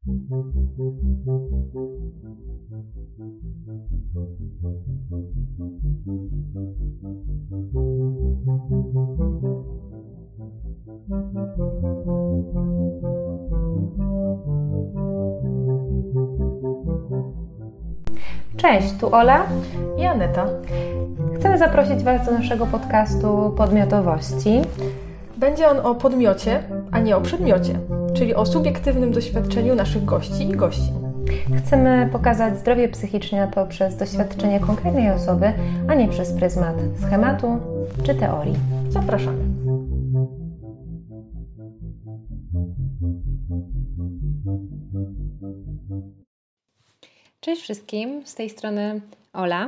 Cześć, tu Ola i Aneta. Chcemy zaprosić Was do naszego podcastu Podmiotowości. Będzie on o podmiocie, a nie o przedmiocie, czyli o subiektywnym doświadczeniu naszych gości i gościń. Chcemy pokazać zdrowie psychiczne poprzez doświadczenie konkretnej osoby, a nie przez pryzmat schematu czy teorii. Zapraszamy. Cześć wszystkim, z tej strony Ola.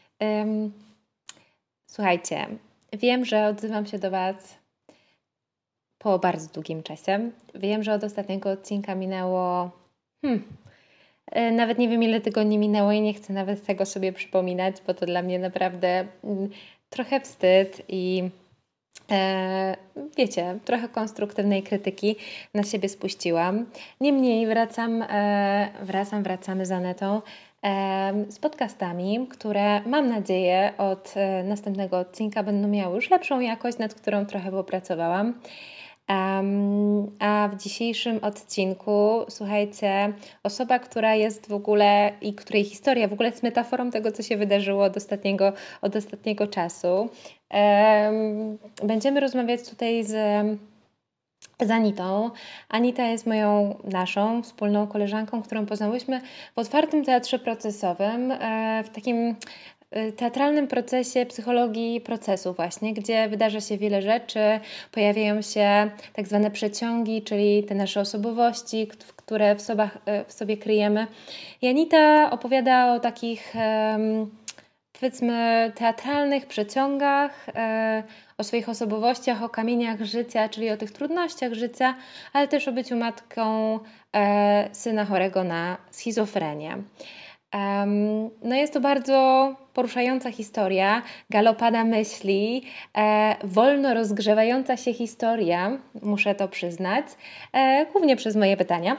Słuchajcie, wiem, że odzywam się do Was po bardzo długim czasie. Wiem, że od ostatniego odcinka minęło... Nawet nie wiem, ile tygodni minęło i nie chcę nawet tego sobie przypominać, bo to dla mnie naprawdę trochę wstyd i wiecie, trochę konstruktywnej krytyki na siebie spuściłam. Niemniej wracamy z Anetą z podcastami, które mam nadzieję od następnego odcinka będą miały już lepszą jakość, nad którą trochę popracowałam. A w dzisiejszym odcinku, słuchajcie, osoba, która jest w ogóle i której historia w ogóle jest metaforą tego, co się wydarzyło od ostatniego czasu. Będziemy rozmawiać tutaj z Anitą. Anita jest naszą wspólną koleżanką, którą poznałyśmy w otwartym teatrze procesowym, w takim teatralnym procesie psychologii procesu właśnie, gdzie wydarza się wiele rzeczy, pojawiają się tak zwane przeciągi, czyli te nasze osobowości, które w sobie kryjemy. I Anita opowiada o takich powiedzmy teatralnych przeciągach, o swoich osobowościach, o kamieniach życia, czyli o tych trudnościach życia, ale też o byciu matką syna chorego na schizofrenię. No jest to bardzo poruszająca historia, galopada myśli, wolno rozgrzewająca się historia, muszę to przyznać, głównie przez moje pytania.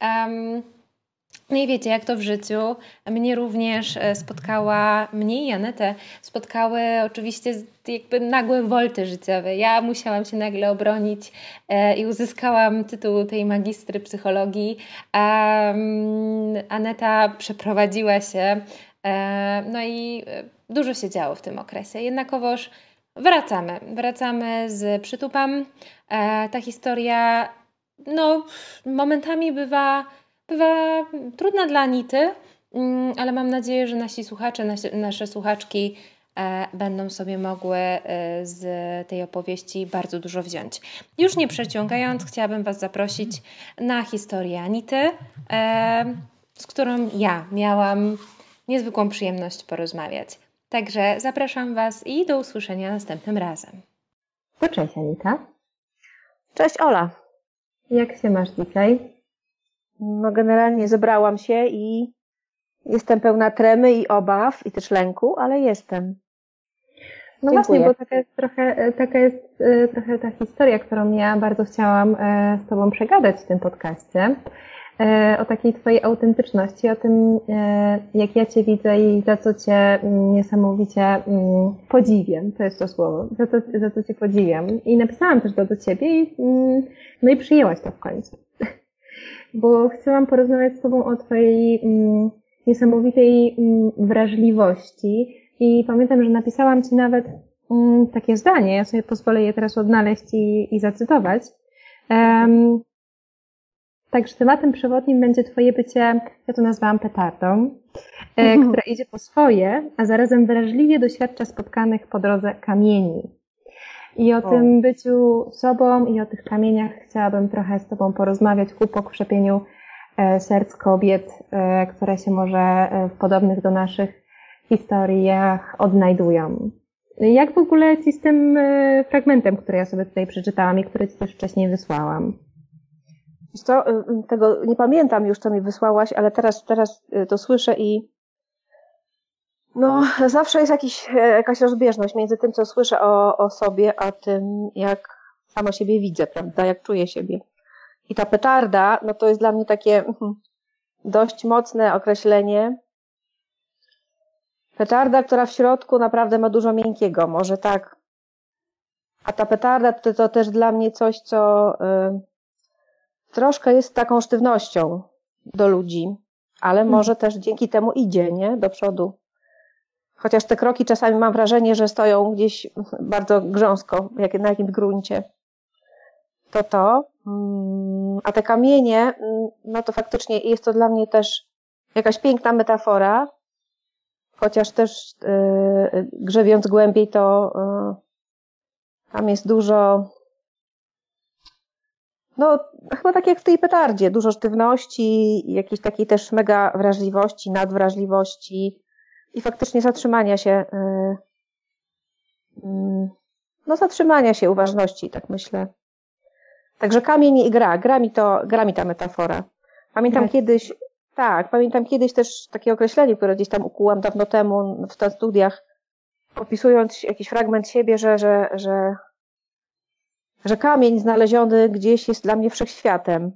No i wiecie, jak to w życiu, mnie i Anetę spotkały oczywiście jakby nagłe wolty życiowe. Ja musiałam się nagle obronić i uzyskałam tytuł tej magistry psychologii, a Aneta przeprowadziła się, no i dużo się działo w tym okresie. Jednakowoż wracamy z przytupem. Ta historia momentami bywa trudna dla Anity, ale mam nadzieję, że nasi słuchacze, nasze słuchaczki będą sobie mogły z tej opowieści bardzo dużo wziąć. Już nie przeciągając, chciałabym Was zaprosić na historię Anity, z którą ja miałam niezwykłą przyjemność porozmawiać. Także zapraszam Was i do usłyszenia następnym razem. To cześć Anita. Cześć Ola. Jak się masz dzisiaj? No generalnie zebrałam się i jestem pełna tremy i obaw i też lęku, ale jestem. No Dziękuję. Właśnie, bo taka jest trochę ta historia, którą ja bardzo chciałam z Tobą przegadać w tym podcaście. O takiej Twojej autentyczności, o tym, jak ja Cię widzę i za co Cię niesamowicie podziwiam, to jest to słowo, za co Cię podziwiam. I napisałam też to do Ciebie i przyjęłaś to w końcu. Bo chciałam porozmawiać z Tobą o Twojej niesamowitej wrażliwości i pamiętam, że napisałam Ci nawet takie zdanie, ja sobie pozwolę je teraz odnaleźć i zacytować. Także tematem przewodnim będzie Twoje bycie, ja to nazwałam petardą, która idzie po swoje, a zarazem wrażliwie doświadcza spotkanych po drodze kamieni. I o tym byciu sobą i o tych kamieniach chciałabym trochę z Tobą porozmawiać ku pokrzepieniu serc kobiet, które się może w podobnych do naszych historiach odnajdują. Jak w ogóle Ci z tym fragmentem, który ja sobie tutaj przeczytałam i który Ci też wcześniej wysłałam? Tego nie pamiętam już, co mi wysłałaś, ale teraz to słyszę i zawsze jest jakaś rozbieżność między tym, co słyszę o sobie, a tym, jak sama siebie widzę, prawda, jak czuję siebie. I ta petarda, no to jest dla mnie takie dość mocne określenie. Petarda, która w środku naprawdę ma dużo miękkiego, może tak. A ta petarda to też dla mnie coś, co troszkę jest taką sztywnością do ludzi, ale może też dzięki temu idzie, nie? Do przodu. Chociaż te kroki czasami mam wrażenie, że stoją gdzieś bardzo grząsko, na jakimś gruncie. To. A te kamienie, no to faktycznie jest to dla mnie też jakaś piękna metafora, chociaż też grzebiąc głębiej, to tam jest dużo, no chyba tak jak w tej petardzie, dużo sztywności, jakiejś takiej też mega wrażliwości, nadwrażliwości i faktycznie zatrzymania się, zatrzymania się, uważności, tak myślę. Także kamień i gra mi ta metafora. Pamiętam kiedyś też takie określenie, które gdzieś tam ukułam dawno temu w studiach, opisując jakiś fragment siebie, że kamień znaleziony gdzieś jest dla mnie wszechświatem,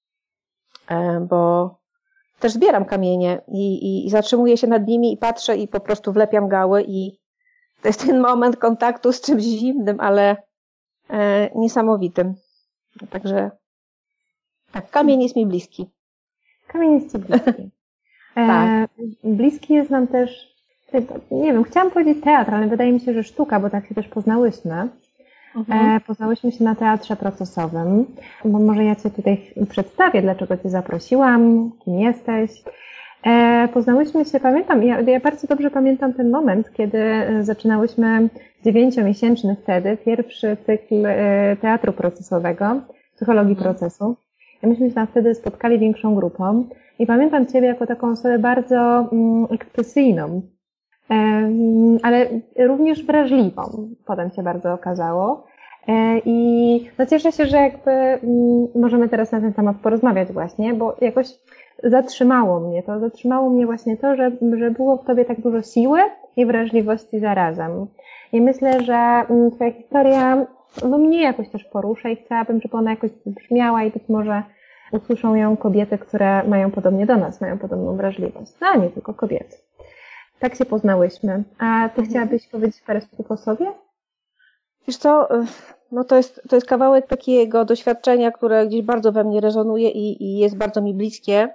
bo też zbieram kamienie i zatrzymuję się nad nimi i patrzę i po prostu wlepiam gały i to jest ten moment kontaktu z czymś zimnym, ale niesamowitym. Także tak, kamień jest mi bliski. Kamień jest ci bliski. Tak. Bliski jest nam też, nie wiem, chciałam powiedzieć teatr, ale wydaje mi się, że sztuka, bo tak się też poznałyśmy. Poznałyśmy się na teatrze procesowym, bo może ja Cię tutaj przedstawię, dlaczego Cię zaprosiłam, kim jesteś. Poznałyśmy się, pamiętam, ja bardzo dobrze pamiętam ten moment, kiedy zaczynałyśmy 9-miesięczny wtedy pierwszy cykl teatru procesowego, psychologii procesu. I myśmy się tam wtedy spotkali większą grupą i pamiętam Ciebie jako taką osobę bardzo ekspresyjną, ale również wrażliwą, potem się bardzo okazało. I no cieszę się, że jakby możemy teraz na ten temat porozmawiać właśnie, bo jakoś zatrzymało mnie właśnie to, że było w Tobie tak dużo siły i wrażliwości zarazem. I myślę, że Twoja historia mnie jakoś też porusza i chciałabym, żeby ona jakoś brzmiała i być może usłyszą ją kobiety, które mają podobnie do nas, mają podobną wrażliwość. No, a nie tylko kobiety. Tak się poznałyśmy. A Ty chciałabyś powiedzieć parę słów o sobie? Wiesz co, no to jest kawałek takiego doświadczenia, które gdzieś bardzo we mnie rezonuje i jest bardzo mi bliskie.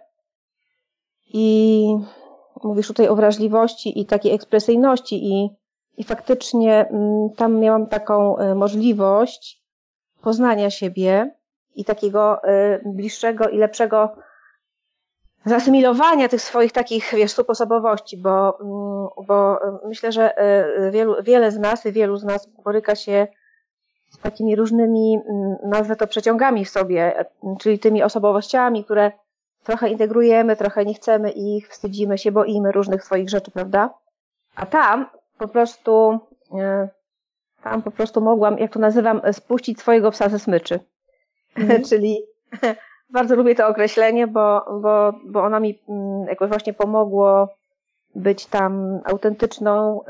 I mówisz tutaj o wrażliwości i takiej ekspresyjności i faktycznie tam miałam taką możliwość poznania siebie i takiego bliższego i lepszego zasymilowania tych swoich takich, stóp osobowości, bo myślę, że wielu z nas boryka się z takimi różnymi, nazwę to przeciągami w sobie, czyli tymi osobowościami, które trochę integrujemy, trochę nie chcemy ich, wstydzimy się, boimy różnych swoich rzeczy, prawda? A tam po prostu mogłam, jak to nazywam, spuścić swojego psa ze smyczy. Czyli bardzo lubię to określenie, bo ono mi jakoś właśnie pomogło być tam autentyczną,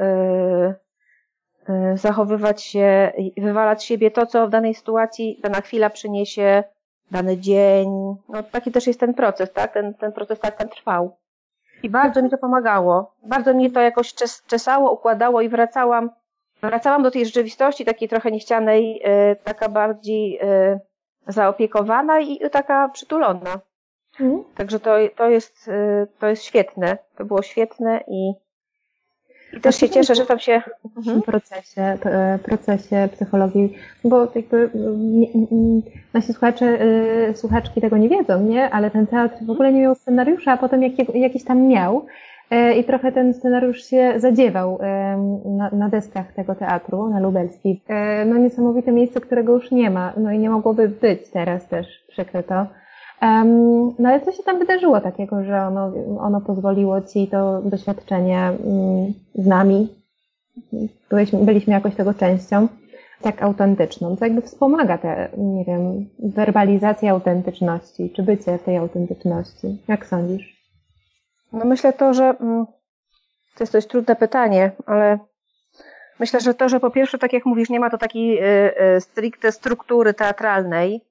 zachowywać się i wywalać z siebie to, co w danej sytuacji dana chwila przyniesie, dany dzień. No taki też jest ten proces, tak? Ten proces tak trwał. I bardzo mi to pomagało. Bardzo mnie to jakoś czesało, układało i wracałam do tej rzeczywistości takiej trochę niechcianej, taka bardziej zaopiekowana i taka przytulona. Także to jest świetne. To było świetne i też się cieszę, że tam się... W procesie psychologii, bo jakby nasi słuchaczki tego nie wiedzą, nie? Ale ten teatr w ogóle nie miał scenariusza, a potem jakiś tam miał i trochę ten scenariusz się zadziewał na deskach tego teatru, na Lubelskiej. No niesamowite miejsce, którego już nie ma, no i nie mogłoby być teraz też, przykre to. No ale co się tam wydarzyło takiego, że ono pozwoliło Ci to doświadczenie z nami, byliśmy jakoś tego częścią, tak autentyczną, co jakby wspomaga tę, nie wiem, werbalizację autentyczności, czy bycie tej autentyczności. Jak sądzisz? No myślę że to jest dość trudne pytanie, ale myślę, że po pierwsze, tak jak mówisz, nie ma to takiej stricte struktury teatralnej,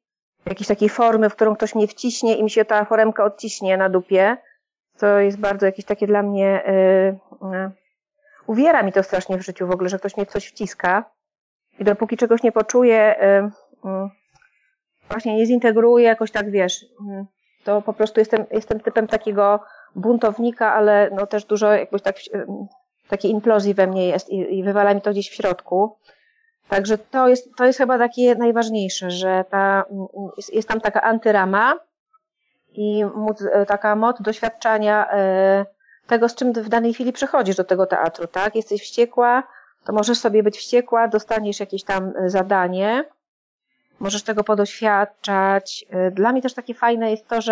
jakiejś takiej formy, w którą ktoś mnie wciśnie i mi się ta foremka odciśnie na dupie. To jest bardzo jakieś takie dla mnie, uwiera mi to strasznie w życiu w ogóle, że ktoś mnie w coś wciska i dopóki czegoś nie poczuję, właśnie nie zintegruję jakoś tak, wiesz, to po prostu jestem typem takiego buntownika, ale no też dużo jakoś tak, takiej implozji we mnie jest i wywala mi to gdzieś w środku. Także to jest chyba takie najważniejsze, że jest tam taka antyrama i taka moc doświadczania tego, z czym w danej chwili przychodzisz do tego teatru, tak? Jesteś wściekła, to możesz sobie być wściekła, dostaniesz jakieś tam zadanie, możesz tego podoświadczać. Dla mnie też takie fajne jest to,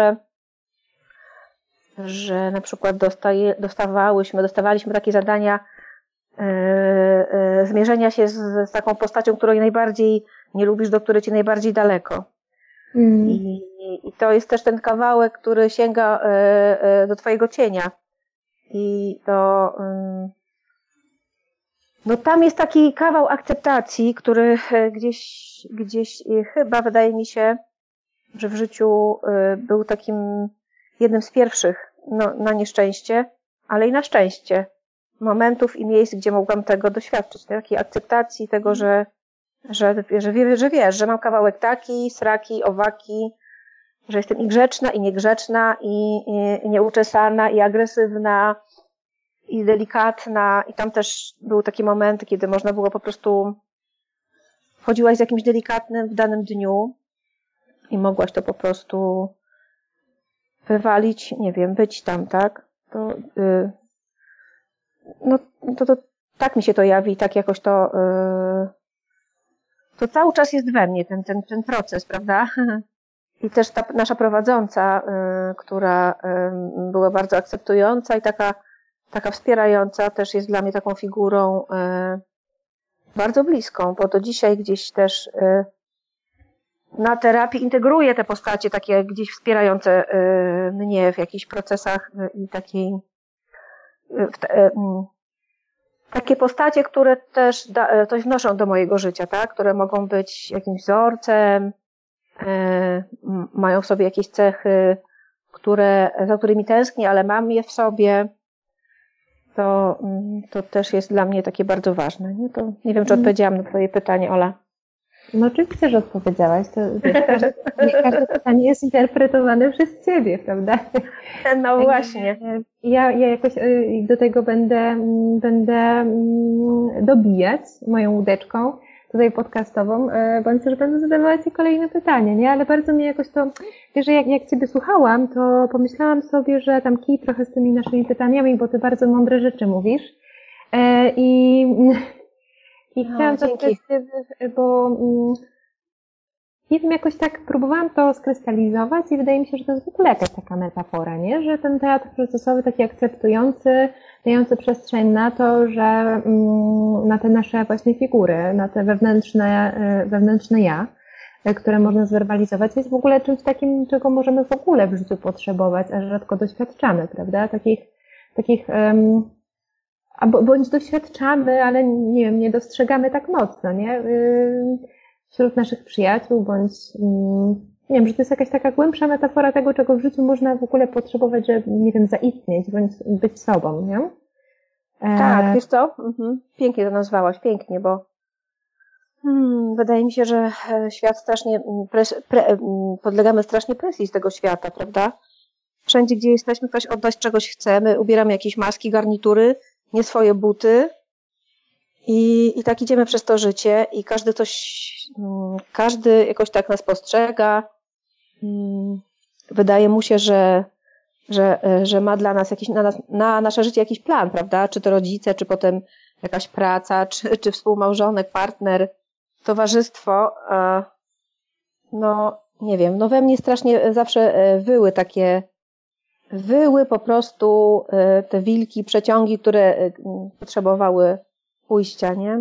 że na przykład dostawaliśmy takie zadania zmierzenia się z taką postacią, której najbardziej nie lubisz, do której ci najbardziej daleko. I to jest też ten kawałek, który sięga do twojego cienia. I to no tam jest taki kawał akceptacji, który gdzieś chyba wydaje mi się, że w życiu był takim jednym z pierwszych, no, na nieszczęście, ale i na szczęście, momentów i miejsc, gdzie mogłam tego doświadczyć, takiej akceptacji tego, że wiesz, że mam kawałek taki, sraki, owaki, że jestem i grzeczna, i niegrzeczna, i nieuczesana, i agresywna, i delikatna. I tam też były takie momenty, kiedy można było po prostu wchodziłaś z jakimś delikatnym w danym dniu i mogłaś to po prostu wywalić, nie wiem, być tam, tak? To tak mi się to jawi, tak jakoś to cały czas jest we mnie, ten proces, prawda? I też ta nasza prowadząca, która była bardzo akceptująca i taka wspierająca, też jest dla mnie taką figurą bardzo bliską, bo do dzisiaj gdzieś też na terapii integruję te postacie takie gdzieś wspierające mnie w jakichś procesach i takie postacie, które też coś wnoszą do mojego życia, tak? Które mogą być jakimś wzorcem, mają w sobie jakieś cechy, za którymi tęsknię, ale mam je w sobie. To też jest dla mnie takie bardzo ważne. Nie wiem, czy odpowiedziałam na twoje pytanie, Ola. No oczywiście, że odpowiedziałaś. To, wiesz, każde pytanie jest interpretowane przez ciebie, prawda? No właśnie. Ja jakoś do tego będę dobijać moją łódeczką tutaj podcastową, bądź też będę zadawała ci kolejne pytanie, nie? Ale bardzo mnie jakoś to, wiesz, że jak ciebie słuchałam, to pomyślałam sobie, że tam kij trochę z tymi naszymi pytaniami, bo ty bardzo mądre rzeczy mówisz. I chciałam zapytać, bo nie wiem, jakoś tak próbowałam to skrystalizować i wydaje mi się, że to jest w ogóle jakaś taka metafora, nie? Że ten teatr procesowy taki akceptujący, dający przestrzeń na to, że na te nasze właśnie figury, na te wewnętrzne ja, które można zwerbalizować, jest w ogóle czymś takim, czego możemy w ogóle w życiu potrzebować, a rzadko doświadczamy, prawda? Takich bądź doświadczamy, ale nie wiem, nie dostrzegamy tak mocno, nie? Wśród naszych przyjaciół, bądź nie wiem, że to jest jakaś taka głębsza metafora tego, czego w życiu można w ogóle potrzebować, żeby, nie wiem, zaistnieć, bądź być sobą, nie? Tak, wiesz co? Pięknie to nazwałaś, pięknie, bo wydaje mi się, że świat strasznie, podlegamy strasznie presji z tego świata, prawda? Wszędzie, gdzie jesteśmy, ktoś od nas czegoś chce, my ubieramy jakieś maski, garnitury, nie swoje buty i tak idziemy przez to życie i każdy jakoś tak nas postrzega. Wydaje mu się, że ma dla nas na nasze życie jakiś plan, prawda? Czy to rodzice, czy potem jakaś praca, czy współmałżonek, partner, towarzystwo. No, nie wiem, no we mnie strasznie zawsze wyły po prostu te wilki, przeciągi, które potrzebowały pójścia, nie?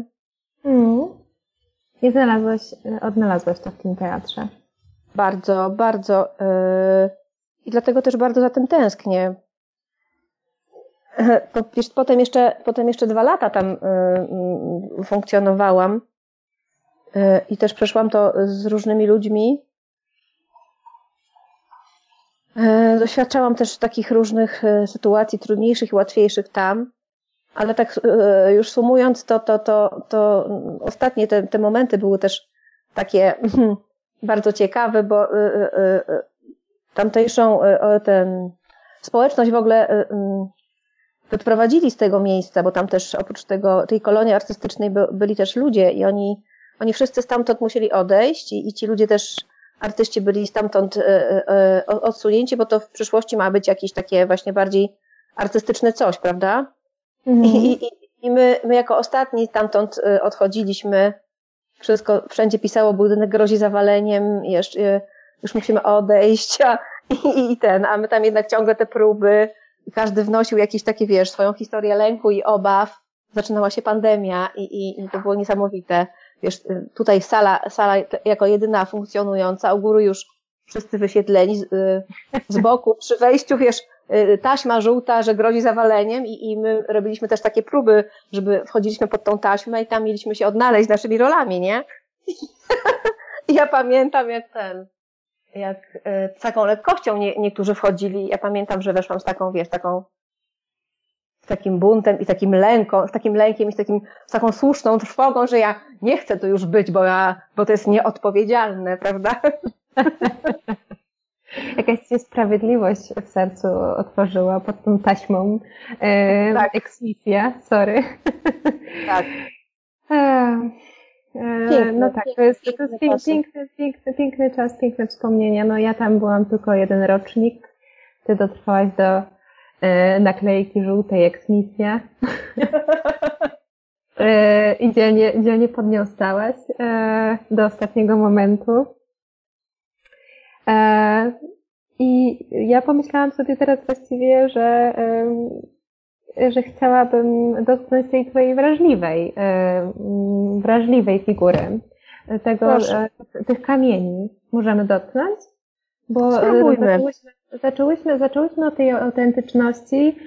I odnalazłaś to w tym teatrze. Bardzo, bardzo. I dlatego też bardzo za tym tęsknię. Potem jeszcze 2 lata tam funkcjonowałam i też przeszłam to z różnymi ludźmi. Doświadczałam też takich różnych sytuacji trudniejszych i łatwiejszych tam, ale tak już sumując, to ostatnie te momenty były też takie bardzo ciekawe, bo tamtejszą społeczność w ogóle wyprowadzili z tego miejsca, bo tam też oprócz tej kolonii artystycznej byli też ludzie i oni wszyscy stamtąd musieli odejść i ci ludzie też, artyści byli stamtąd odsunięci, bo to w przyszłości ma być jakieś takie właśnie bardziej artystyczne coś, prawda? I my jako ostatni stamtąd odchodziliśmy, wszystko, wszędzie pisało, budynek grozi zawaleniem, już musimy odejść, a my tam jednak ciągle te próby, każdy wnosił jakieś takie, swoją historię lęku i obaw. Zaczynała się pandemia i to było niesamowite. Tutaj sala jako jedyna funkcjonująca, u góry już wszyscy wysiedleni, z boku przy wejściu, taśma żółta, że grozi zawaleniem i my robiliśmy też takie próby, żeby wchodziliśmy pod tą taśmę i tam mieliśmy się odnaleźć naszymi rolami, nie? I ja pamiętam jak z taką lekkością niektórzy wchodzili. Ja pamiętam, że weszłam z takim buntem i z takim lękiem i z taką słuszną trwogą, że ja nie chcę tu już być, bo to jest nieodpowiedzialne, prawda? Jakaś się sprawiedliwość w sercu otworzyła pod tą taśmą. Tak. Eksmisja, sorry. Tak. No tak, to jest piękny czas, piękne wspomnienia. No ja tam byłam tylko jeden rocznik. Ty dotrwałaś do naklejki żółtej eksmisja. I dzielnie podniosłaś do ostatniego momentu. I ja pomyślałam sobie teraz właściwie, że chciałabym dotknąć tej twojej wrażliwej figury. Tych kamieni możemy dotknąć? Bo zaczęłyśmy od tej autentyczności,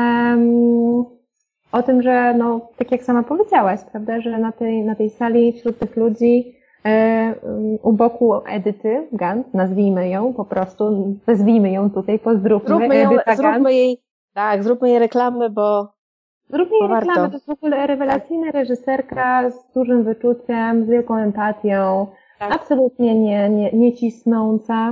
o tym, że tak jak sama powiedziałaś, prawda, że na tej sali wśród tych ludzi u boku Edyty Gant, nazwijmy ją po prostu, wezwijmy ją tutaj, pozdrówmy Edyta Gant. Zróbmy jej reklamę, bo zróbmy jej reklamę, to jest w ogóle rewelacyjna reżyserka z dużym wyczuciem, z wielką empatią, absolutnie nie cisnąca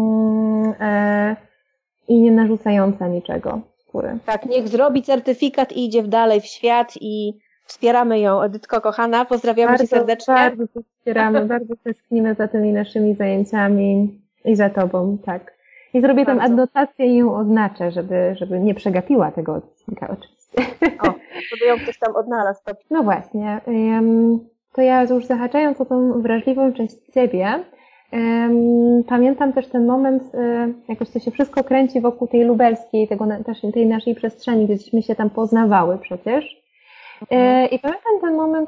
i nie narzucająca niczego skóry. Tak, niech zrobi certyfikat i idzie dalej w świat i wspieramy ją. Edytko kochana, pozdrawiamy Cię serdecznie. Bardzo Cię wspieramy, bardzo tęsknimy za tymi naszymi zajęciami i za Tobą, tak. I zrobię tam adnotację i ją oznaczę, żeby nie przegapiła tego odcinka oczywiście. Żeby ją ktoś tam odnalazł. No właśnie. To ja już zahaczając o tą wrażliwą część Ciebie, pamiętam też ten moment, jakoś to się wszystko kręci wokół tej lubelskiej, tej naszej przestrzeni, gdzieśmy się tam poznawały przecież. I pamiętam ten moment,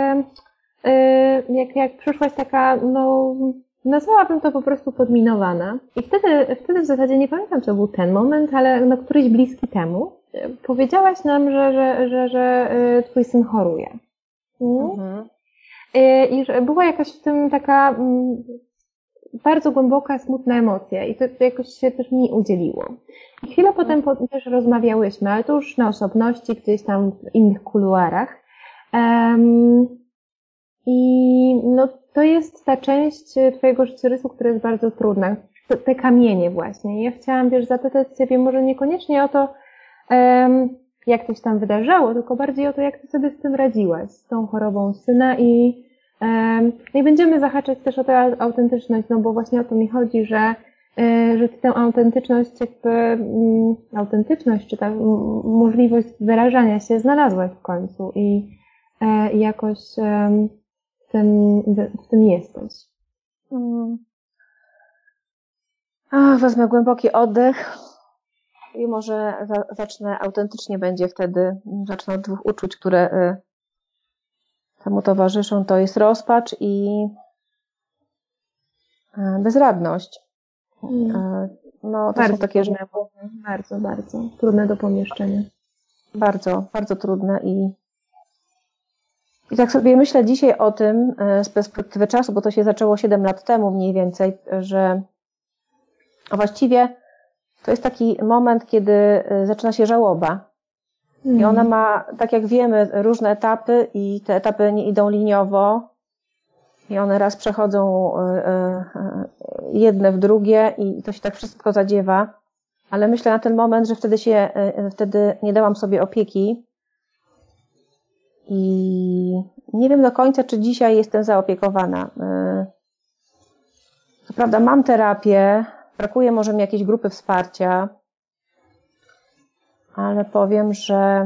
jak przyszłaś taka, nazwałabym to po prostu podminowana. I wtedy w zasadzie nie pamiętam, co był ten moment, ale któryś bliski temu powiedziałaś nam, że twój syn choruje. I że była jakaś w tym taka bardzo głęboka, smutna emocja i to jakoś się też mi udzieliło. I chwilę potem też rozmawiałyśmy, ale to już na osobności, gdzieś tam w innych kuluarach. I to jest ta część twojego życiorysu, która jest bardzo trudna. Te kamienie właśnie. Ja chciałam, zapytać Ciebie może niekoniecznie o to, jak to się tam wydarzało, tylko bardziej o to, jak Ty sobie z tym radziłaś, z tą chorobą syna i będziemy zahaczać też o tę autentyczność, bo właśnie o to mi chodzi, że Ty tę autentyczność, czy ta możliwość wyrażania się znalazłaś w końcu i jakoś w tym jesteś. Wezmę głęboki oddech i może zacznę autentycznie, będzie wtedy, zacznę od dwóch uczuć, które temu towarzyszą, to jest rozpacz i bezradność. To są takie rzeczy. Bardzo, bardzo trudne do pomieszczenia. Bardzo, bardzo trudne i tak sobie myślę dzisiaj o tym z perspektywy czasu, bo to się zaczęło 7 lat temu mniej więcej, że właściwie to jest taki moment, kiedy zaczyna się żałoba. I ona ma, tak jak wiemy, różne etapy i te etapy nie idą liniowo. I one raz przechodzą jedne w drugie i to się tak wszystko zadziewa. Ale myślę na ten moment, że wtedy nie dałam sobie opieki. I nie wiem do końca, czy dzisiaj jestem zaopiekowana. Co prawda mam terapię, brakuje może mi jakiejś grupy wsparcia, ale powiem, że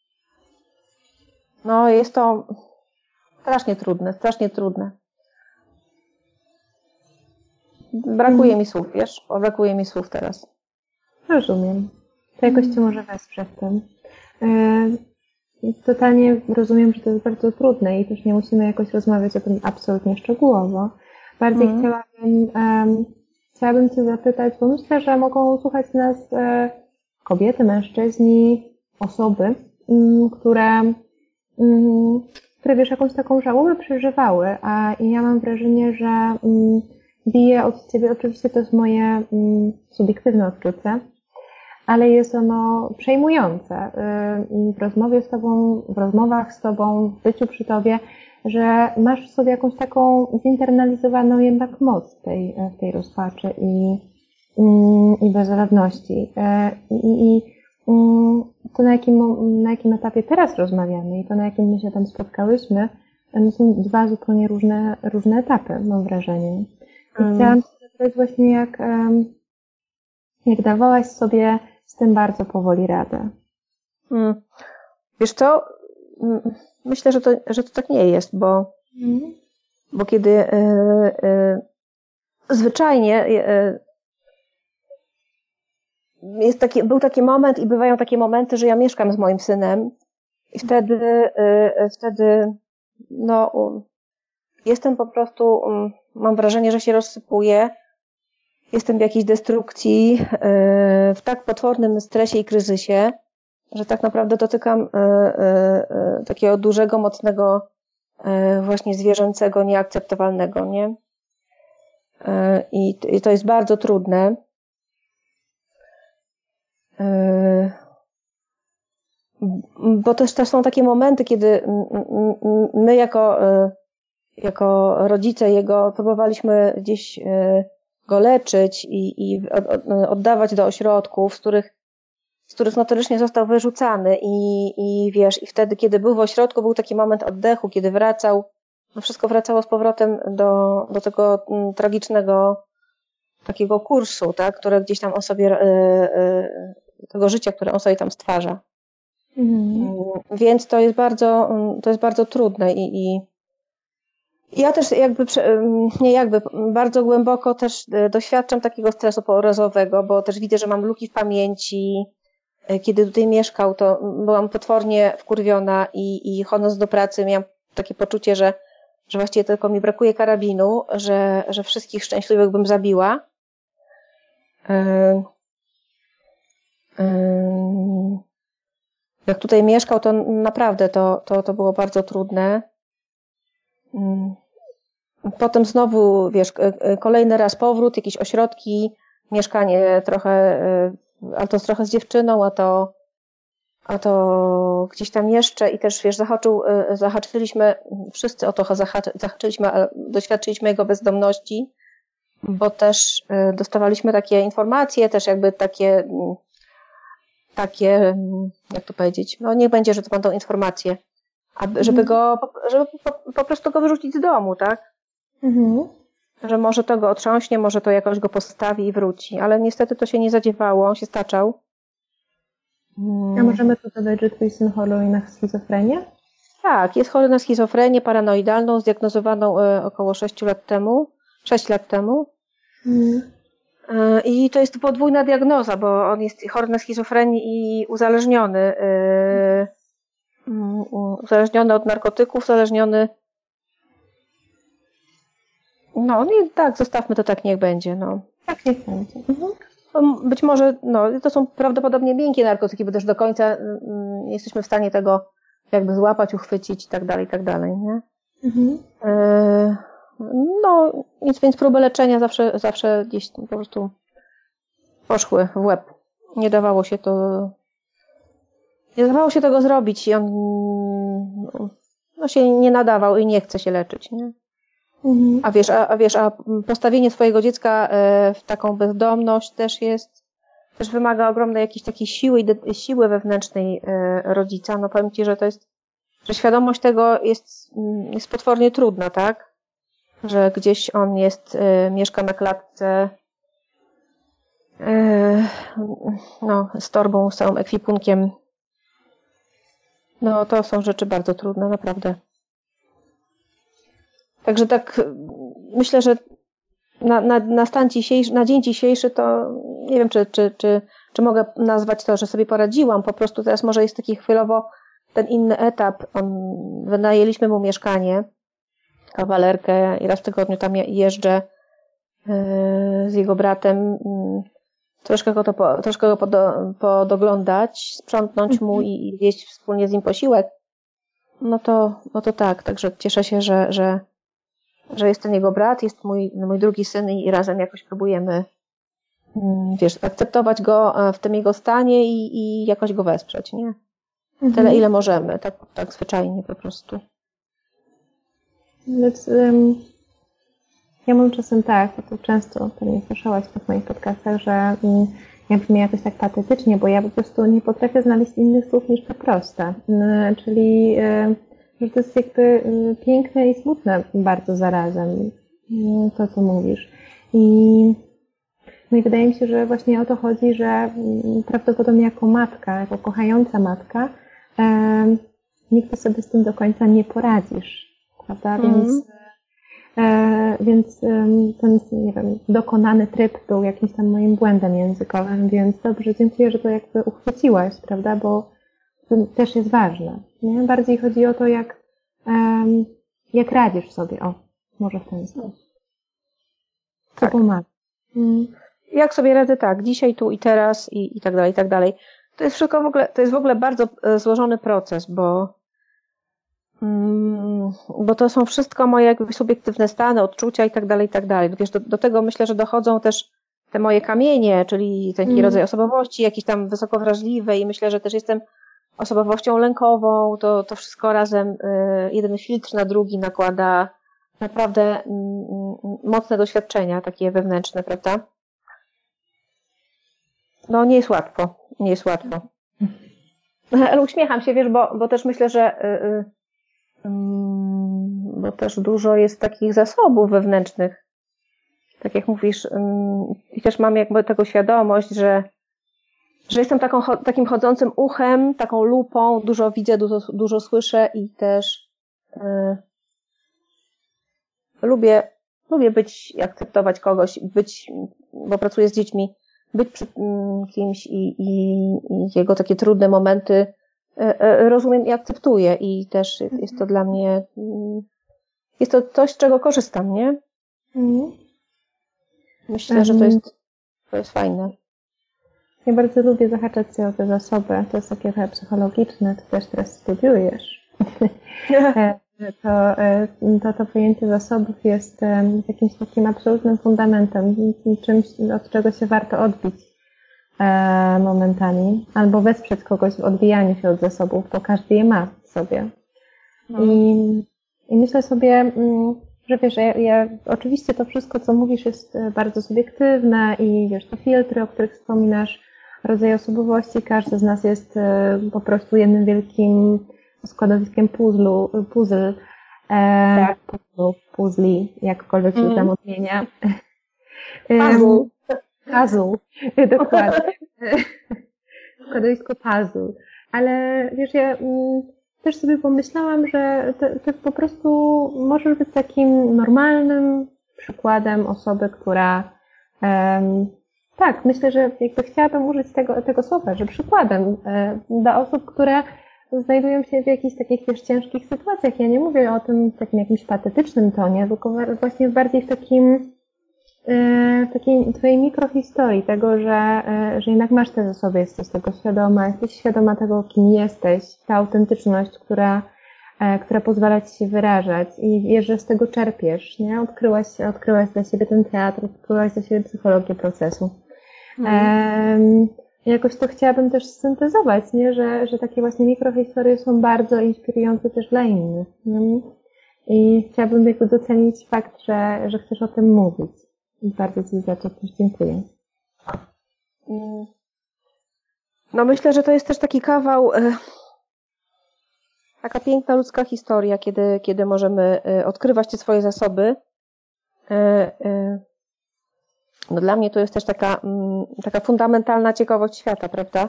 no jest to strasznie trudne. Brakuje mi słów, wiesz? Brakuje mi słów teraz. Rozumiem. To jakoś Cię może wesprzeć w tym. Totalnie rozumiem, że to jest bardzo trudne i też nie musimy jakoś rozmawiać o tym absolutnie szczegółowo. Bardziej chciałabym Cię zapytać, bo myślę, że mogą słuchać nas kobiety, mężczyźni, osoby, które wiesz, jakąś taką żałobę przeżywały, i ja mam wrażenie, że bije od Ciebie, oczywiście to jest moje subiektywne odczucie, ale jest ono przejmujące w rozmowie z Tobą, w rozmowach z Tobą, w byciu przy Tobie, że masz w sobie jakąś taką zinternalizowaną jednak moc w tej rozpaczy i bezradności. I to na jakim etapie teraz rozmawiamy i to na jakim my się tam spotkałyśmy, to są dwa zupełnie różne etapy, mam wrażenie. I chciałam Cię zapytać właśnie, jak dawałaś sobie z tym bardzo powoli radę. Wiesz co? Myślę, że to tak nie jest, bo kiedy zwyczajnie był taki moment i bywają takie momenty, że ja mieszkam z moim synem i wtedy no jestem po prostu, mam wrażenie, że się rozsypuję. Jestem w jakiejś destrukcji, w tak potwornym stresie i kryzysie, że tak naprawdę dotykam takiego dużego, mocnego, właśnie zwierzęcego, nieakceptowalnego, nie? I to jest bardzo trudne. Bo też są takie momenty, kiedy my jako rodzice jego próbowaliśmy gdzieś go leczyć i oddawać do ośrodków, z których notorycznie został wyrzucany i wiesz, i wtedy, kiedy był w ośrodku, był taki moment oddechu, kiedy wracał, no wszystko wracało z powrotem do tego tragicznego takiego kursu, tak, które gdzieś tam on sobie, tego życia, które on sobie tam stwarza. Więc to jest bardzo trudne i ja też bardzo głęboko też doświadczam takiego stresu pourazowego, bo też widzę, że mam luki w pamięci. Kiedy tutaj mieszkał, to byłam potwornie wkurwiona i chodząc do pracy miałam takie poczucie, że właściwie tylko mi brakuje karabinu, że wszystkich szczęśliwych bym zabiła. Jak tutaj mieszkał, to naprawdę to było bardzo trudne. Potem znowu, wiesz, kolejny raz powrót, jakieś ośrodki, mieszkanie trochę, a to trochę z dziewczyną, a to gdzieś tam jeszcze i też, wiesz, zahaczyliśmy, wszyscy o to zahaczyliśmy, ale doświadczyliśmy jego bezdomności, bo też dostawaliśmy takie informacje, też jakby takie, jak to powiedzieć, no niech będzie, że to będą informacje, żeby po prostu go wyrzucić z domu, tak? Że może to go otrząśnie, może to jakoś go postawi i wróci, ale niestety to się nie zadziewało, on się staczał. A możemy tu dodać, że twój syn choruje na schizofrenię? Tak, jest chory na schizofrenię paranoidalną, zdiagnozowaną około 6 lat temu. I to jest podwójna diagnoza, bo on jest chory na schizofrenię i uzależniony od narkotyków, no nie, tak, zostawmy to tak, niech będzie. No. Tak, niech będzie. Być może, no, to są prawdopodobnie miękkie narkotyki, bo też do końca nie jesteśmy w stanie tego jakby złapać, uchwycić i tak dalej, nie? No, więc próbę leczenia zawsze gdzieś po prostu poszły w łeb. Nie dawało się tego zrobić i on się nie nadawał i nie chce się leczyć, nie? A wiesz, postawienie swojego dziecka w taką bezdomność też wymaga ogromnej jakiejś takiej siły wewnętrznej rodzica. No powiem Ci, że że świadomość tego jest potwornie trudna, tak? Że gdzieś on mieszka na klatce, z torbą, z całym ekwipunkiem. No to są rzeczy bardzo trudne, naprawdę. Także tak myślę, że na dzień dzisiejszy to nie wiem, czy mogę nazwać to, że sobie poradziłam. Po prostu teraz może jest taki chwilowo ten inny etap. Wynajęliśmy mu mieszkanie, kawalerkę i raz w tygodniu tam jeżdżę z jego bratem. Troszkę go podoglądać, sprzątnąć mu i zjeść wspólnie z nim posiłek. No to tak, także cieszę się, że jest ten jego brat, jest mój drugi syn i razem jakoś próbujemy, akceptować go w tym jego stanie i jakoś go wesprzeć, nie? Tyle, ile możemy, tak zwyczajnie po prostu. Więc ja mam czasem tak, to często pewnie słyszałaś w moich podcastach, że ja brzmię jakoś tak patetycznie, bo ja po prostu nie potrafię znaleźć innych słów niż to proste. Czyli że to jest jakby piękne i smutne bardzo zarazem, to co mówisz. I wydaje mi się, że właśnie o to chodzi, że prawdopodobnie jako matka, jako kochająca matka, nigdy sobie z tym do końca nie poradzisz, prawda? Więc ten, nie wiem, dokonany tryb był jakimś tam moim błędem językowym, więc dobrze, dziękuję, że to jakby uchwyciłaś, prawda? Bo to też jest ważne, nie? Bardziej chodzi o to, jak radzisz sobie, może w ten sposób. Co pomaga. Jak sobie radzę, tak, dzisiaj, tu i teraz i tak dalej, i tak dalej. To jest wszystko to jest w ogóle bardzo złożony proces, bo to są wszystko moje jakby subiektywne stany, odczucia i tak dalej, i tak dalej. Wiesz, do tego myślę, że dochodzą też te moje kamienie, czyli taki rodzaj osobowości, jakiś tam wysoko wrażliwej i myślę, że też jestem osobowością lękową, to wszystko razem, jeden filtr na drugi nakłada naprawdę mocne doświadczenia, takie wewnętrzne, prawda? No nie jest łatwo, nie jest łatwo. Ale uśmiecham się, wiesz, bo też myślę, że bo też dużo jest takich zasobów wewnętrznych. Tak jak mówisz, i też mam jakby tego świadomość, że jestem takim chodzącym uchem, taką lupą, dużo widzę, dużo słyszę i też lubię być, akceptować kogoś, bo pracuję z dziećmi, być przy kimś i jego takie trudne momenty rozumiem i akceptuję i też jest to dla mnie, jest to coś, z czego korzystam, nie? Myślę, że to jest fajne. Ja bardzo lubię zahaczać się o te zasoby. To jest takie trochę psychologiczne. Ty też teraz studiujesz. To pojęcie zasobów jest jakimś takim absolutnym fundamentem, czymś, od czego się warto odbić momentami, albo wesprzeć kogoś w odbijaniu się od zasobów, bo każdy je ma w sobie. I myślę sobie, że wiesz, ja oczywiście to wszystko, co mówisz, jest bardzo subiektywne i wiesz, te filtry, o których wspominasz, rodzaj osobowości, każdy z nas jest po prostu jednym wielkim składowiskiem puzzle, tak. Puzli, jakkolwiek się tam odmienia. Puzzle, dokładnie. Składowisko puzzle. Ale wiesz, ja też sobie pomyślałam, że ty po prostu możesz być takim normalnym przykładem osoby, która tak, myślę, że jakby chciałabym użyć tego słowa, że przykładem dla osób, które znajdują się w jakichś takich wiesz, ciężkich sytuacjach. Ja nie mówię o tym w takim jakimś patetycznym tonie, tylko właśnie bardziej w takiej twojej mikrohistorii, tego, że jednak masz te zasoby, jesteś tego świadoma, jesteś świadoma tego, kim jesteś, ta autentyczność, która pozwala ci się wyrażać i wiesz, że z tego czerpiesz, nie? Odkryłaś dla siebie ten teatr, odkryłaś dla siebie psychologię procesu. Jakoś to chciałabym też syntezować, nie? Że takie właśnie mikrohistorie są bardzo inspirujące też dla innych. Nie? I chciałabym jakby docenić fakt, że chcesz o tym mówić. I bardzo Ci za to też dziękuję. No myślę, że to jest też taki kawał, taka piękna ludzka historia, kiedy możemy odkrywać te swoje zasoby. No dla mnie to jest też taka fundamentalna ciekawość świata, prawda?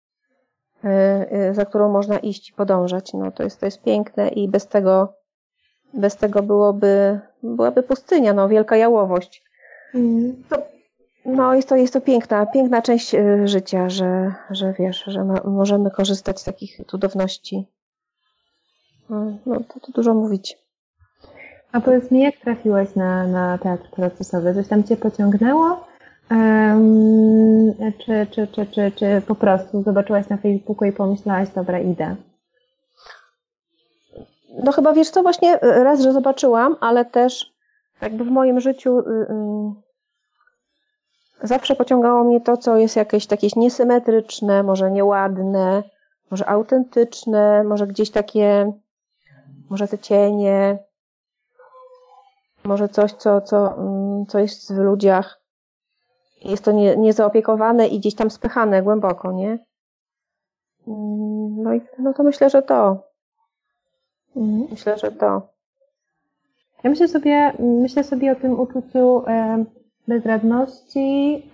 Za którą można iść i podążać. No to jest piękne i bez tego byłaby pustynia, no wielka jałowość. No jest to piękna część życia, że wiesz, że możemy korzystać z takich cudowności. No to dużo mówić. A powiedz mi, jak trafiłaś na teatr procesowy? Coś tam Cię pociągnęło? Czy po prostu zobaczyłaś na Facebooku i pomyślałaś, dobra, idę? No chyba wiesz co, właśnie raz, że zobaczyłam, ale też jakby w moim życiu zawsze pociągało mnie to, co jest jakieś takie niesymetryczne, może nieładne, może autentyczne, może gdzieś takie, może te cienie, może coś, co jest w ludziach. Jest to niezaopiekowane i gdzieś tam spychane głęboko, nie? No to myślę, że to. Myślę, że to. Ja myślę sobie o tym uczuciu bezradności,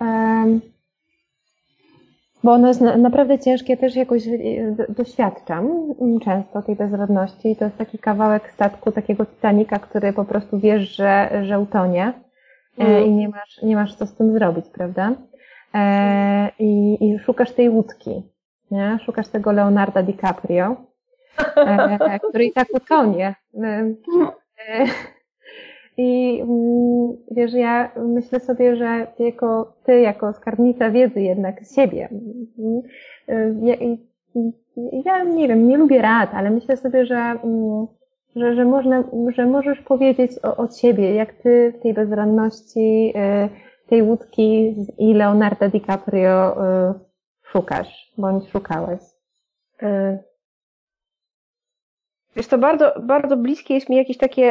bo ono jest naprawdę ciężkie, też jakoś doświadczam często tej bezradności. To jest taki kawałek statku, takiego Titanica, który po prostu wiesz, że utonie i nie masz co z tym zrobić, prawda? I szukasz tej łódki, nie? Szukasz tego Leonarda DiCaprio, który i tak utonie. I wiesz, ja myślę sobie, że ty jako skarbnica wiedzy jednak z siebie. Ja nie wiem, nie lubię rad, ale myślę sobie, że możesz powiedzieć od siebie, jak ty w tej bezradności tej łódki i Leonarda DiCaprio szukasz, bądź szukałeś. Wiesz, to bardzo, bardzo bliskie jest mi jakieś takie,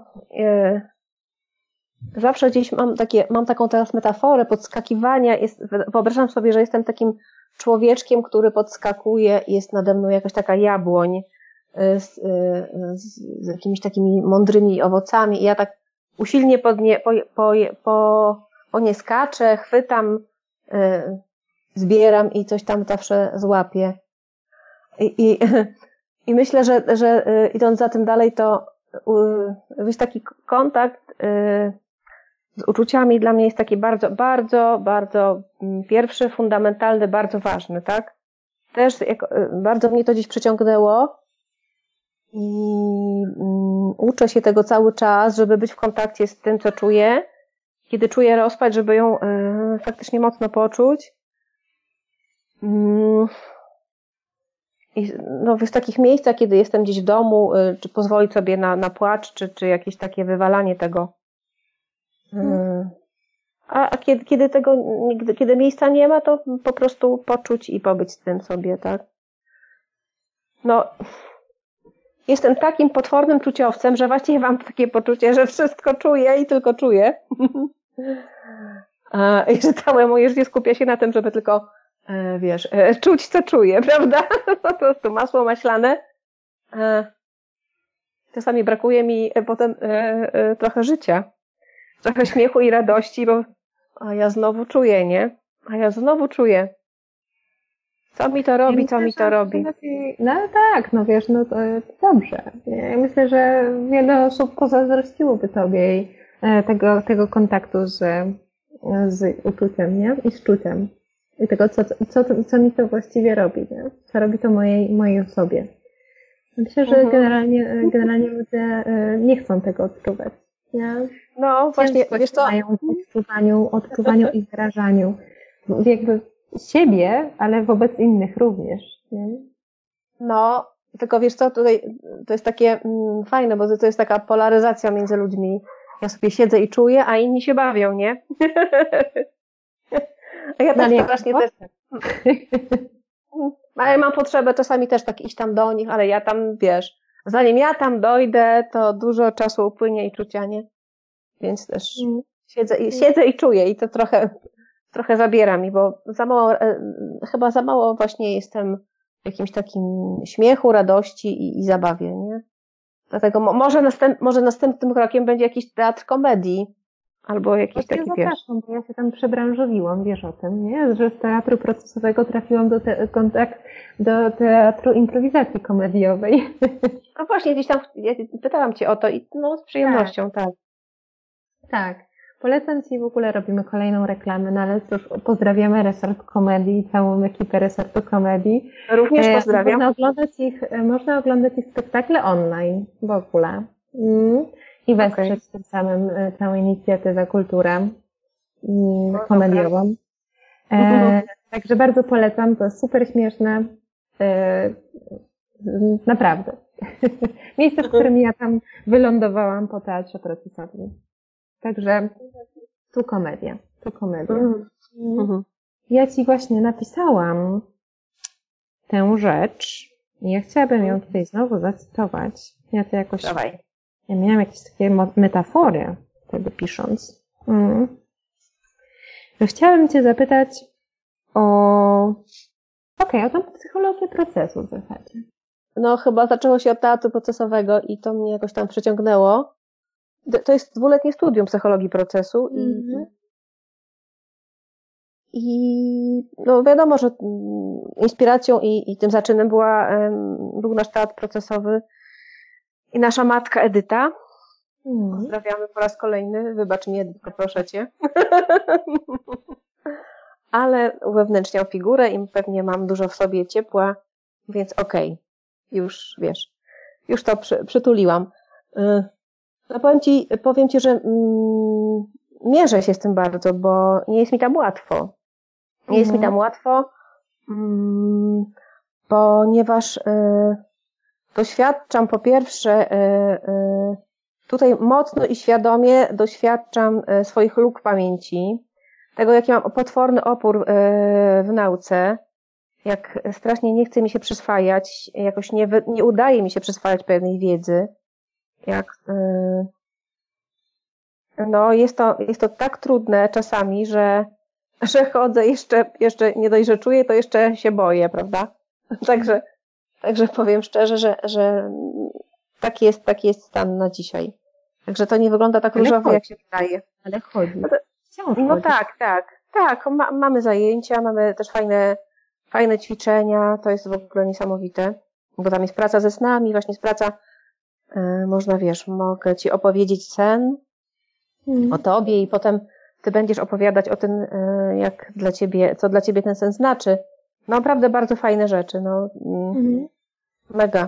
zawsze gdzieś mam taką teraz metaforę podskakiwania, wyobrażam sobie, że jestem takim człowieczkiem, który podskakuje i jest nade mną jakaś taka jabłoń z jakimiś takimi mądrymi owocami i ja tak usilnie po nie skaczę, chwytam, zbieram i coś tam zawsze złapię. I myślę, że idąc za tym dalej, to wiesz, taki kontakt z uczuciami dla mnie jest taki bardzo, bardzo, bardzo pierwszy, fundamentalny, bardzo ważny, tak? Też bardzo mnie to dziś przyciągnęło i uczę się tego cały czas, żeby być w kontakcie z tym, co czuję. Kiedy czuję rozpacz, żeby ją faktycznie mocno poczuć. I no, w takich miejscach, kiedy jestem gdzieś w domu, czy pozwolić sobie na płacz, czy jakieś takie wywalanie tego. A kiedy miejsca nie ma, to po prostu poczuć i pobyć z tym sobie, tak? No, jestem takim potwornym czuciowcem, że właściwie mam takie poczucie, że wszystko czuję i tylko czuję. I że całe moje życie skupia się na tym, żeby tylko wiesz, czuć co czuję, prawda? Po prostu masło maślane. Czasami brakuje mi potem trochę życia. Trochę śmiechu i radości, bo ja znowu czuję, nie? Co mi to robi, co mi to robi? No tak, no wiesz, no to dobrze. Ja myślę, że wiele osób pozazdrościłoby tobie i tego kontaktu z uczuciem, nie? I z czuciem. I tego, co mi to właściwie robi, nie? Co robi to mojej osobie. Myślę, że generalnie ludzie nie chcą tego odczuwać, nie? No właśnie, wiesz co? Mają w odczuwaniu i wyrażaniu. Jakby siebie, ale wobec innych również, nie? No, tylko wiesz co, tutaj to jest takie fajne, bo to jest taka polaryzacja między ludźmi. Ja sobie siedzę i czuję, a inni się bawią, nie? A ja No, tak ale strasznie jak też. Ale mam potrzebę czasami też tak iść tam do nich, ale ja tam, wiesz, zanim ja tam dojdę, to dużo czasu upłynie i czucia, nie? Więc też siedzę i czuję i to trochę zabiera mi, bo chyba za mało właśnie jestem w jakimś takim śmiechu, radości i zabawie, nie? Dlatego może następnym krokiem będzie jakiś teatr komedii, albo jakiś Właśnie taki, wiesz. zapraszam, bo ja się tam przebranżowiłam, wiesz o tym, nie? Że z teatru procesowego trafiłam do teatru improwizacji komediowej. No właśnie, gdzieś tam ja pytałam Cię o to i no z przyjemnością, tak. Tak. Polecam Ci, w ogóle robimy kolejną reklamę, no ale cóż, pozdrawiamy Resort Komedii, całą ekipę Resortu Komedii. Również pozdrawiam. Można oglądać ich spektakle online w ogóle. I wesprzeć tym samym całą inicjatywę Kulturę komediową. Także bardzo polecam, to jest super śmieszne. Naprawdę. Miejsce, w którym ja tam wylądowałam po teatrze procesowym. Także tu komedia. Ja Ci właśnie napisałam tę rzecz i ja chciałabym ją tutaj znowu zacytować. Ja to jakoś... Dawaj. Ja miałam jakieś takie metafory wtedy pisząc. To chciałabym Cię zapytać o tą psychologię procesu w zasadzie. No chyba zaczęło się od teatru procesowego i to mnie jakoś tam przyciągnęło. To jest 2-letnie studium psychologii procesu i no wiadomo, że inspiracją i tym zaczynem był nasz teatr procesowy i nasza matka Edyta. Pozdrawiamy po raz kolejny. Wybacz mi, Edytko, proszę Cię. Ale uwewnętrzniał figurę i pewnie mam dużo w sobie ciepła, więc okej. Już wiesz, już to przytuliłam. No powiem Ci, że mierzę się z tym bardzo, bo nie jest mi tam łatwo. Nie jest mi tam łatwo, ponieważ doświadczam po pierwsze tutaj mocno i świadomie doświadczam swoich luk pamięci, tego jaki mam potworny opór w nauce, jak strasznie nie chce mi się przyswajać, jakoś nie udaje mi się przyswajać pewnej wiedzy, jak no jest to tak trudne czasami, że chodzę jeszcze nie dość, że czuję, to jeszcze się boję, prawda? Także powiem szczerze, że taki jest stan na dzisiaj. Także to nie wygląda tak różowo, jak się wydaje. Ale chodzi. No tak. Mamy zajęcia, mamy też fajne ćwiczenia, to jest w ogóle niesamowite, bo tam jest praca ze snami, właśnie jest praca, mogę Ci opowiedzieć sen o Tobie i potem Ty będziesz opowiadać o tym, co dla Ciebie ten sen znaczy. No naprawdę bardzo fajne rzeczy, mega.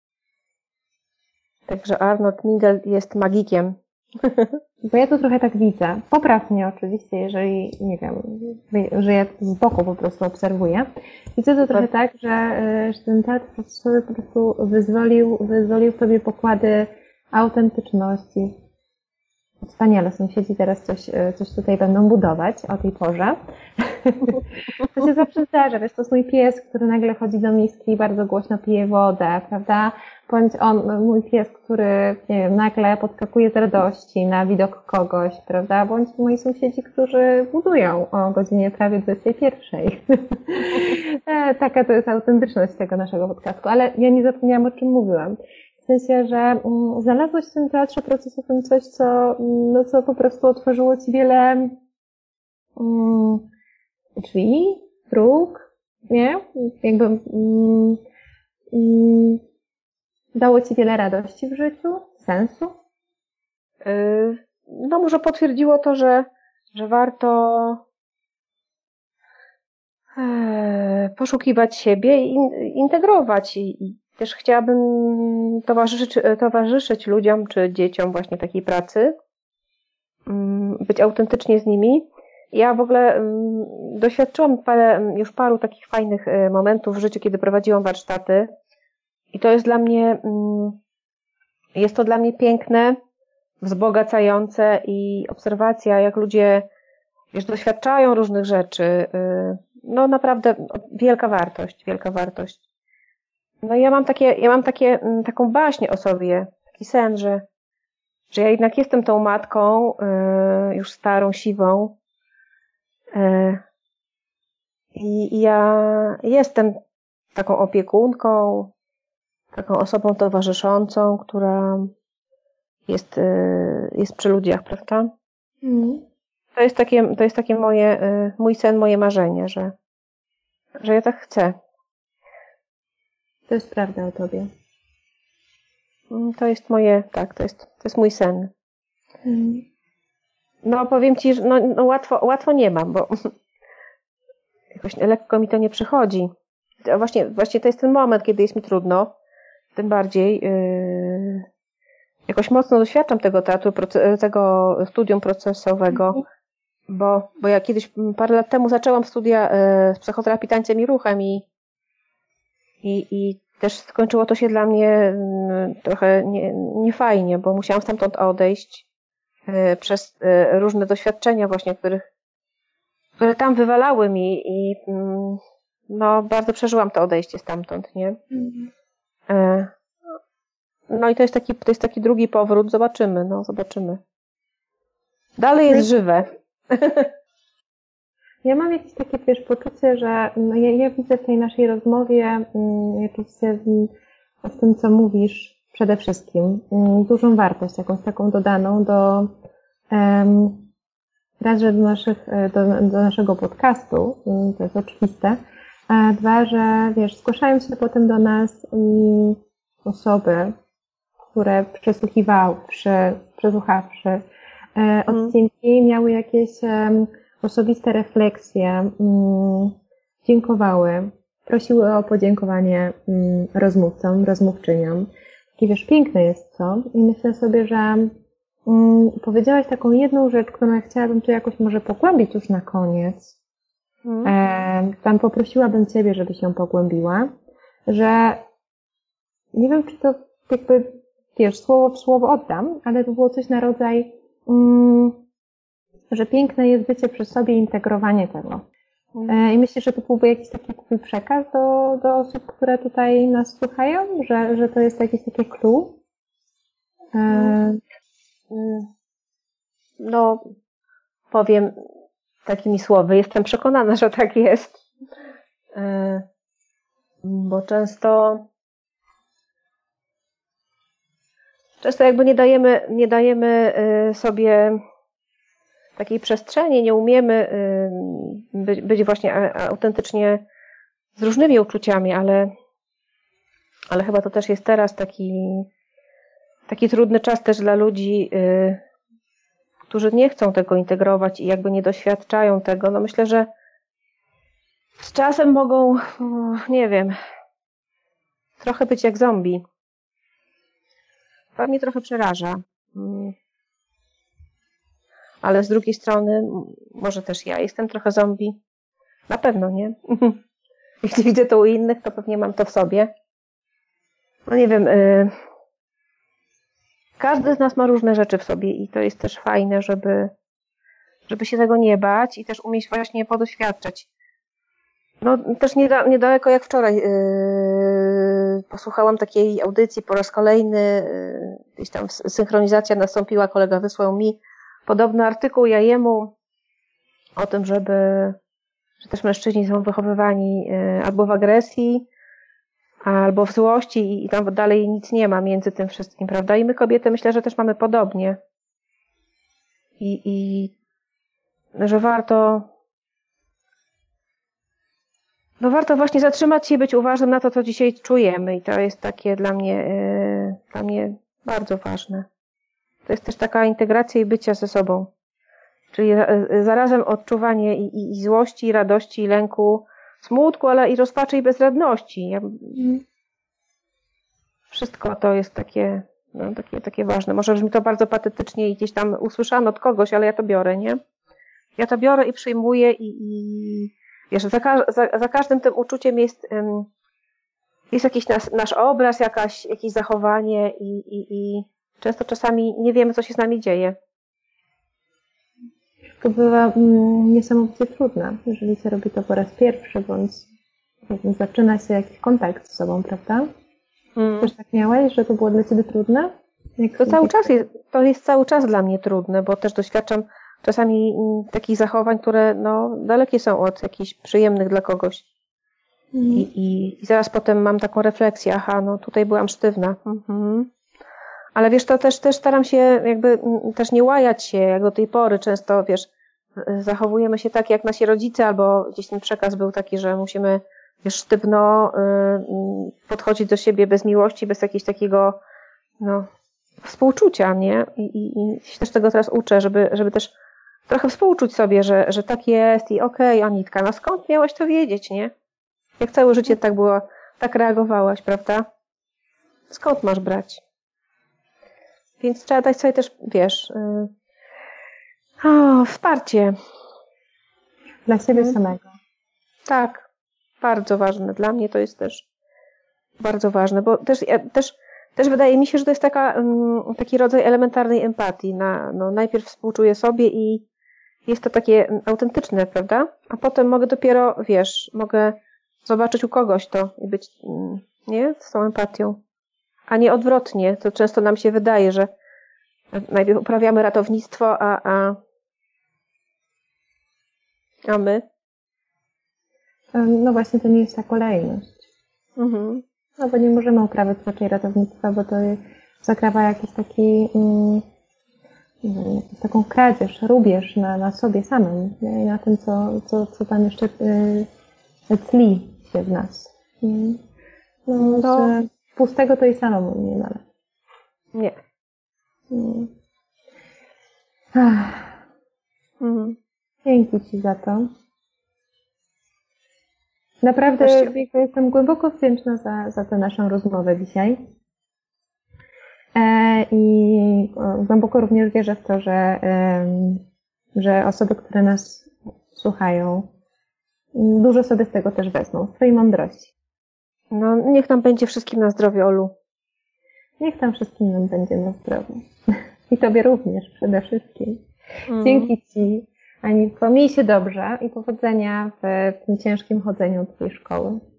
Także Arnold Mingel jest magikiem. Bo ja to trochę tak widzę. Popraw mnie oczywiście, jeżeli, nie wiem, że ja z boku po prostu obserwuję. Widzę to trochę tak, że ten teatr procesowy po prostu wyzwolił w tobie pokłady autentyczności. Wspaniale, sąsiedzi teraz coś tutaj będą budować o tej porze. To się zawsze zdarza, wiesz, to jest mój pies, który nagle chodzi do miski i bardzo głośno pije wodę, prawda? Bądź mój pies, który, nie wiem, nagle podskakuje z radości na widok kogoś, prawda? Bądź moi sąsiedzi, którzy budują o godzinie prawie 21. Taka to jest autentyczność tego naszego podcastu, ale ja nie zapomniałam, o czym mówiłam. W sensie, że znalazłeś w tym teatrze procesowym coś, co po prostu otworzyło Ci wiele drzwi, dróg, nie? Jakby dało Ci wiele radości w życiu, sensu? No może potwierdziło to, że warto poszukiwać siebie i integrować i też chciałabym towarzyszyć ludziom czy dzieciom właśnie takiej pracy, być autentycznie z nimi. Ja w ogóle doświadczyłam już paru takich fajnych momentów w życiu, kiedy prowadziłam warsztaty i to jest dla mnie piękne, wzbogacające i obserwacja, wiesz, doświadczają różnych rzeczy. No naprawdę wielka wartość, wielka wartość. No i ja mam taką baśń o sobie, taki sen, że ja jednak jestem tą matką, już starą, siwą. I ja jestem taką opiekunką, taką osobą towarzyszącą, która jest przy ludziach, prawda? To jest takie mój sen, moje marzenie, że ja tak chcę. To jest prawda o tobie. To jest to jest mój sen. No powiem ci, że no łatwo nie mam, bo jakoś lekko mi to nie przychodzi. A właśnie to jest ten moment, kiedy jest mi trudno. Tym bardziej jakoś mocno doświadczam tego teatru, tego studium procesowego, bo ja kiedyś, parę lat temu zaczęłam studia z psychoterapii tańcem i ruchem i też skończyło to się dla mnie trochę niefajnie, bo musiałam stamtąd odejść przez różne doświadczenia właśnie, które tam wywalały mi i no bardzo przeżyłam to odejście stamtąd, nie? No i to jest taki drugi powrót, zobaczymy. Dalej jest żywe. Ja mam jakieś takie, wiesz, poczucie, że no ja widzę w tej naszej rozmowie jakieś w tym, co mówisz przede wszystkim, dużą wartość, jakąś taką dodaną raz, że do naszego podcastu, to jest oczywiste, a dwa, że wiesz, zgłaszają się potem do nas osoby, które przesłuchawszy odcinki, miały jakieś osobiste refleksje, dziękowały, prosiły o podziękowanie rozmówcom, rozmówczyniom. I wiesz, piękne jest to. I myślę sobie, że powiedziałaś taką jedną rzecz, którą ja chciałabym tu jakoś może pogłębić już na koniec. Tam poprosiłabym Ciebie, żebyś ją pogłębiła, że nie wiem, czy to jakby, wiesz, słowo w słowo oddam, ale to było coś na rodzaj, że piękne jest bycie przy sobie i integrowanie tego. I myślę, że to byłby jakiś taki twój przekaz do osób, które tutaj nas słuchają, że to jest jakieś takie clue? No, powiem takimi słowy, jestem przekonana, że tak jest. Bo często jakby nie dajemy sobie takiej przestrzeni, nie umiemy być właśnie autentycznie z różnymi uczuciami, ale chyba to też jest teraz taki trudny czas też dla ludzi, którzy nie chcą tego integrować i jakby nie doświadczają tego. No myślę, że z czasem mogą, nie wiem, trochę być jak zombie. To mnie trochę przeraża. Ale z drugiej strony, może też ja jestem trochę zombie. Na pewno, nie? Jeśli widzę to u innych, to pewnie mam to w sobie. No nie wiem, każdy z nas ma różne rzeczy w sobie i to jest też fajne, żeby się tego nie bać i też umieć właśnie podoświadczać. No też niedaleko jak wczoraj posłuchałam takiej audycji po raz kolejny, gdzieś tam synchronizacja nastąpiła, kolega wysłał mi podobny artykuł, ja jemu, o tym, że też mężczyźni są wychowywani albo w agresji, albo w złości i tam dalej nic nie ma między tym wszystkim, prawda? I my kobiety myślę, że też mamy podobnie. I że warto właśnie zatrzymać się i być uważnym na to, co dzisiaj czujemy. I to jest takie dla mnie bardzo ważne. To jest też taka integracja i bycia ze sobą. Czyli zarazem odczuwanie i złości, i radości, i lęku, smutku, ale i rozpaczy, i bezradności. Wszystko to jest takie ważne. Może brzmi to bardzo patetycznie i gdzieś tam usłyszałam od kogoś, ale ja to biorę, nie? Ja to biorę i przyjmuję i wiesz, za każdym tym uczuciem jest jakiś nasz obraz, jakieś zachowanie i często czasami nie wiemy, co się z nami dzieje. to bywa niesamowicie trudne, jeżeli się robi to po raz pierwszy, bądź zaczyna się jakiś kontakt z sobą, prawda? Też tak miałeś, że to było dla Ciebie trudne? To jest cały czas dla mnie trudne, bo też doświadczam czasami takich zachowań, które dalekie są od jakichś przyjemnych dla kogoś. I zaraz potem mam taką refleksję, tutaj byłam sztywna. Ale wiesz, to też staram się jakby też nie łajać się, jak do tej pory często, wiesz, zachowujemy się tak jak nasi rodzice, albo gdzieś ten przekaz był taki, że musimy, wiesz, sztywno podchodzić do siebie bez miłości, bez jakiegoś takiego, współczucia, nie? I się też tego teraz uczę, żeby też trochę współczuć sobie, że tak jest i okej, Anitka, skąd miałaś to wiedzieć, nie? Jak całe życie tak było, tak reagowałaś, prawda? Skąd masz brać? Więc trzeba dać sobie też, wiesz, wsparcie. Dla siebie samego. Tak, bardzo ważne. Dla mnie to jest też bardzo ważne, bo też wydaje mi się, że to jest taki rodzaj elementarnej empatii. Najpierw współczuję sobie i jest to takie autentyczne, prawda? A potem mogę dopiero, wiesz, mogę zobaczyć u kogoś to i być, nie? Z tą empatią. A nie odwrotnie. To często nam się wydaje, że najpierw uprawiamy ratownictwo, a my? No właśnie, to nie jest ta kolejność. No bo nie możemy uprawiać raczej ratownictwa, bo to zakrawa jakiś taki, jakąś taką kradzież, rubież na sobie samym, nie? I na tym, co tam jeszcze tli się w nas. Że pustego to i samemu nie należy. Nie. Dzięki Ci za to. Naprawdę jestem głęboko wdzięczna za tę naszą rozmowę dzisiaj. I głęboko również wierzę w to, że osoby, które nas słuchają, dużo sobie z tego też wezmą, z Twojej mądrości. Niech nam będzie wszystkim na zdrowie, Olu. Niech tam wszystkim nam będzie na zdrowie. I Tobie również przede wszystkim. Dzięki Ci, Anitko. Miej się dobrze i powodzenia w tym ciężkim chodzeniu do tej szkoły.